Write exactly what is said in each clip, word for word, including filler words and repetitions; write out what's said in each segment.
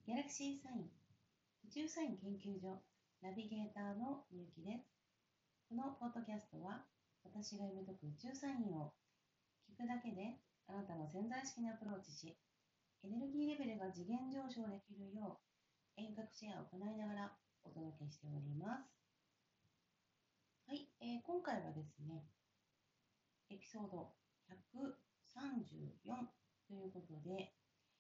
ギャラクシーサイン宇宙サイン研究所ナビゲーターのみゆきです。このポッドキャストは私が読み解く宇宙サインを聞くだけであなたの潜在意識にアプローチし、エネルギーレベルが次元上昇できるよう遠隔シェアを行いながらお届けしております。はい、えー、今回はですね、エピソードひゃくさんじゅうよんということで、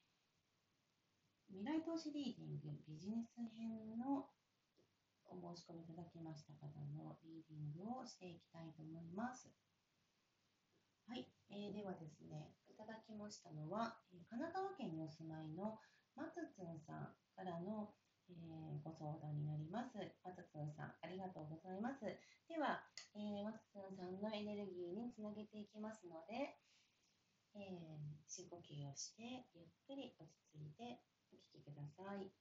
未来投資リーディングビジネス編のお申し込みいただきました方のリーディングをしていきたいと思います。はい、えー、ではですね、いただきましたのは、えー、神奈川県にお住まいのまつつんさんからの、えー、ご相談になります。まつつんさん、ありがとうございます。では、えー、まつつんさんのエネルギーにつなげていきますので、えー、深呼吸をしてゆっくり落ち着いてお聞きください。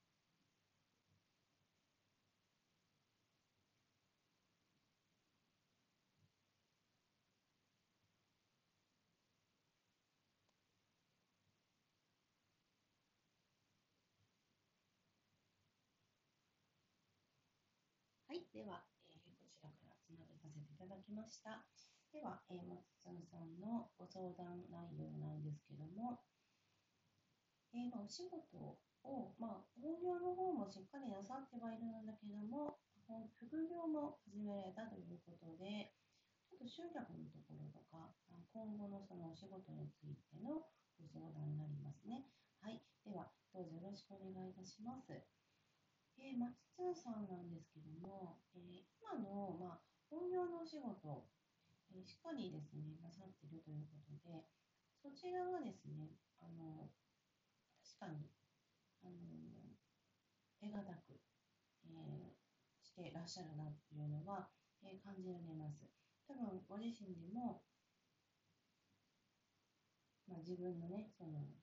はい、では、えー、こちらからつなげさせていただきました。では、えー、松津さんのご相談内容なんですけども、えーまあ、お仕事を、まあ、本業の方もしっかりなさってはいるんだけども、副業も始められたということで、ちょっと集客のところとか、今後のそのお仕事についてのご相談になりますね。はい、では、どうぞよろしくお願いいたします。えー、松津さんなんですけども、えー、今の、まあ、本業のお仕事、えーしっかりですね、なさっているということで、そちらはですね、あの、確かに、あの、手堅く、えーしてらっしゃるなっていうのは、えー感じられます。多分、ご自身でも、まあ、自分のね、その、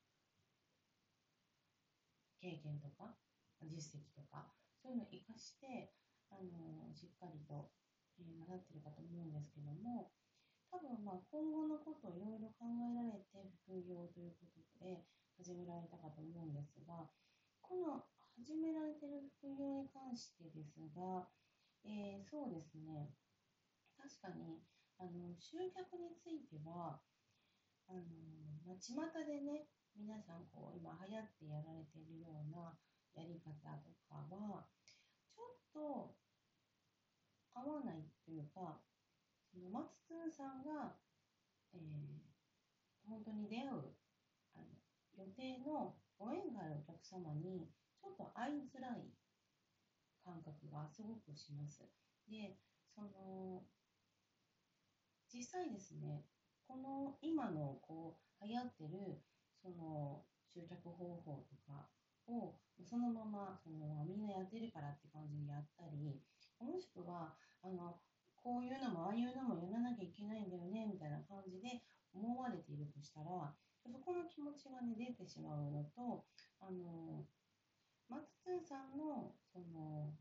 経験とか、実績とか、そういうのを活かして、あの、しっかりと、えー、なさってるかと思うんですけども、多分まあ今後のことをいろいろ考えられて副業ということで始められたかと思うんですが、この始められている副業に関してですが、えー、そうですね、確かにあの集客については、あのまあ、巷でね、皆さんこう今流行ってやられているようなやり方とかは、ちょっと合わないというか、その松津さんが、えー本当に出会うあの予定のご縁があるお客様にちょっと会いづらい感覚がすごくします。で、その実際ですね、この今のこう流行ってるその集客方法とかをそのままそのみんなやってるからって感じでやったり、もしくはあのこういうのもああいうのもやらなきゃいけないんだよねみたいな感じで思われているとしたら、そこの気持ちがね出てしまうのと、あの松津さんのその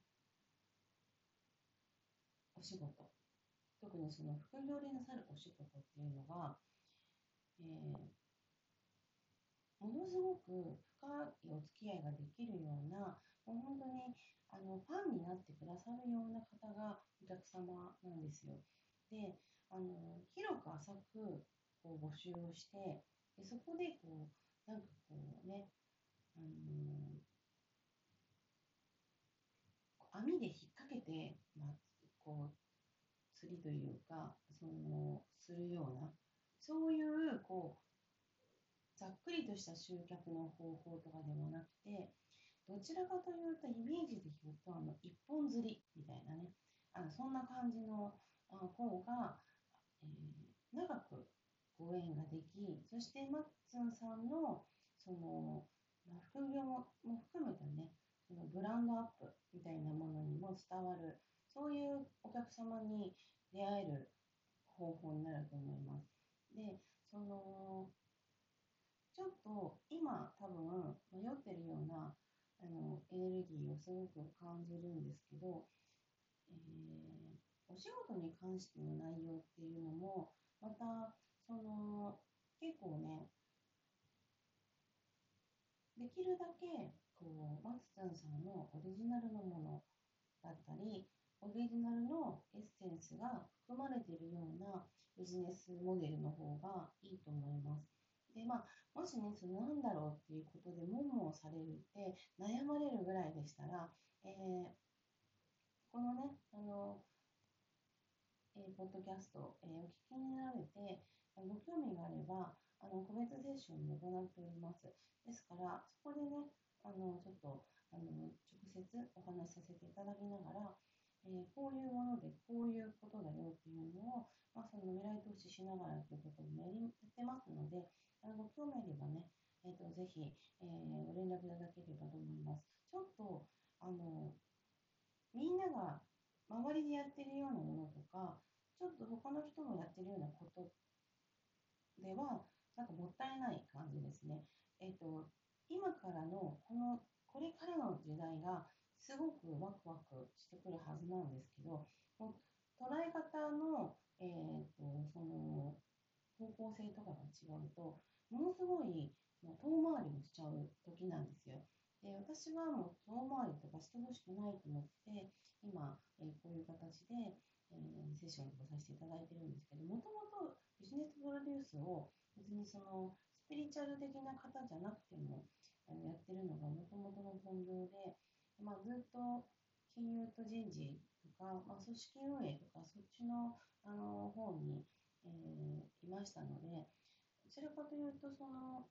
お仕事、特にその副業でなさるお仕事っていうのが、えーものすごく深いお付き合いができるような、もう本当にあのファンになってくださるような方がお客様なんですよ。で、あの広く浅くこう募集をして、でそこでこうなんかこうね、あの網で引っ掛けて、まあ、こう釣りというか、そのするような、そういうこうざっくりとした集客の方法とかではなくて、どちらかというと、イメージで言うと、あの一本釣りみたいなね、あのそんな感じのあ方が、えー長くご縁ができ、そしてマッツンさんのその、まあ、副業も含めたね、そのブランドアップみたいなものにも伝わる、そういうお客様に出会える方法になると思います。で、そのちょっと今多分迷ってるようなあのエネルギーをすごく感じるんですけど、えーお仕事に関しての内容っていうのもまたその結構ね、 できるだけこうマツツンさんのオリジナルのものだったり、オリジナルのエッセンスが含まれているようなビジネスモデルの方がいいと思います。で、まあ、もしね、そのなんだろうっていうことで、悶々されるって悩まれるぐらいでしたら、えーこのね、あの、えーポッドキャスト、えーお聞きになられて、ご興味があれば、あの個別セッションも行っております。ですから、そこでね、あのちょっとあの直接お話しさせていただきながら、えーこういうものでこういうことだよっていうのを、まあ、その未来投資しながらということもやりやってますので、あのご興味あればね、えーと、ぜひ、えーご連絡いただければと思います。ちょっとあのみんなが周りでやってるようなものとか、ちょっと他の人もやってるようなことでは、なんかもったいない感じですね。えっと、今からの、この、これからの時代が、すごくワクワクしてくるはずなんですけど、捉え方の、えーと、その、方向性とかが違うと、ものすごいもう遠回りをしちゃう時なんですよ。で、私はもう遠回りとかしてほしくないと思って、今、えーこういう形で、えーセッションとかさせていただいてるんですけど、もともとビジネスプロデュースを別にそのスピリチュアル的な方じゃなくてもあのやってるのがもともとの本業で、まあ、ずっと金融と人事とか、まあ、組織運営とかそっちの、あの方に、えーいましたので、どちらかというとその、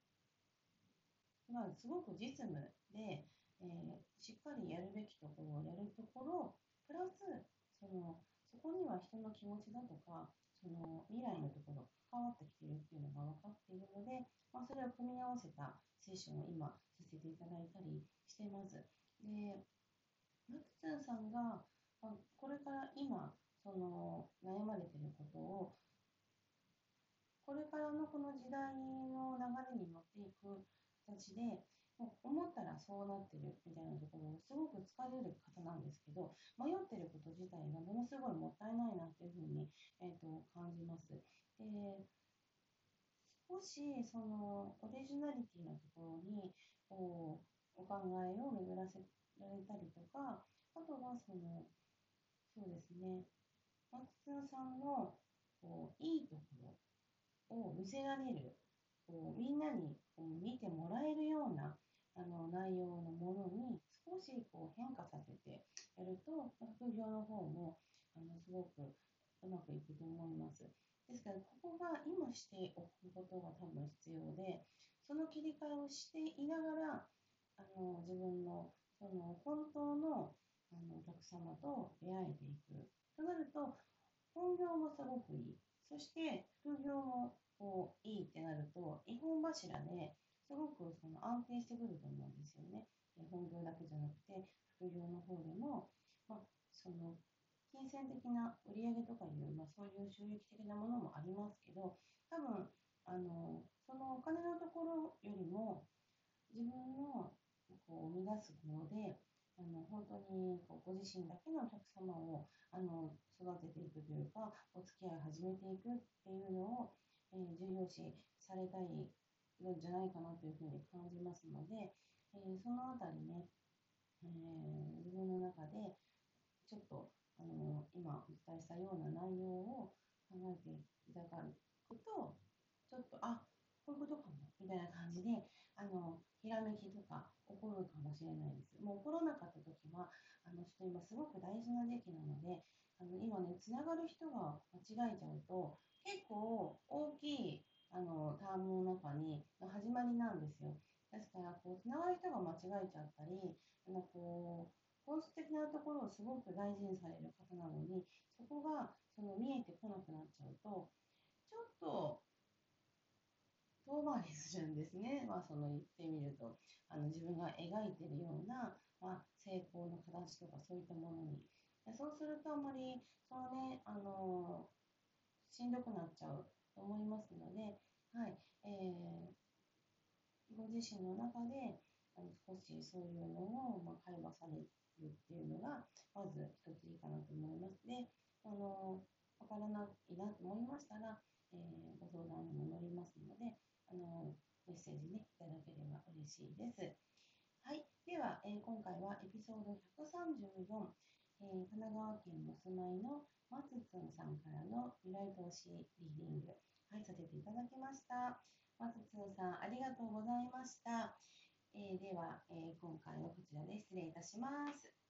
まあ、すごく実務で、えーしっかりやるべきところをやるところ、プラスそのそこには人の気持ちだとか、その未来のところが関わってきているっていうのが分かっているので、まあ、それを組み合わせたセッションを今させていただいたりしてます。で、マクツンさんが、まあ、これから今その悩まれていることを、これからのこの時代の流れに乗っていく形で、もう思ったらそうなってるみたいなところをすごく疲れる方なんですけど、迷ってること自体がものすごいもったいないなっていうふうに、えー、と感じます。で、少しそのオリジナリティのところにこうお考えを巡らせられたりとか、あとはその、そうですね、松田さんのこういいところを見せられる、こうみんなにこう見てもらえるようなあの内容のものに少しこう変化させてやると、副業の方もあのすごくうまくいくと思います。ですから、ここが今しておくことが多分必要で、その切り替えをしていながら、あの自分のその本当のあのお客様と出会えていく。となると、本業もすごくいい。そして、副業もこういいってなると、一本柱ですごくその安定してくると思うんですよね。本業だけじゃなくて、副業の方でも、まあ、その金銭的な売り上げとかいう、まあ、そういう収益的なものもありますけど、多分あのそのお金のところよりも、自分のこう生み出すもので、あの本当にこうご自身だけのお客様をあの育てていくというか、お付き合い始めていくっていうのを、えー重要視されたいのじゃないかなというふうに感じますので、えーそのあたりね、えー自分の中でちょっとあの今お伝えしたような内容を考えていただくと、ちょっと、あ、こういうことかもみたいな感じで、あのひらめきとか起こるかもしれないです。もう起こらなかった時は、あのちょっと今すごく大事な時期なので、あの今ね、つながる人が間違えちゃうと、結構大きいあのタームの中にの始まりなんですよ。ですから、こうつながる人が間違えちゃったり、あのこう本質的なところをすごく大事にされる方なのに、そこがその見えてこなくなっちゃうと、ちょっと遠回りするんですね。まあ、その言ってみると、あの自分が描いているような、まあ、成功の形とかそういったものに。そうすると、あまり、そのね、あのしんどくなっちゃうと思いますので、はい、えーご自身の中であの少しそういうのを、まあ、会話されるっていうのが、まず一ついいかなと思います。で、あの、わからないなと思いましたら、えーご相談にも乗りますので、あの、 メッセージね、いただければ嬉しいです。はい。では、えー今回はエピソードひゃくさんじゅうよん、えー神奈川県にお住まいのまつつんさんからの未来投資リーディング、はい、させていただきました。まつつんさん、ありがとうございました。えーでは、えー今回はこちらで失礼いたします。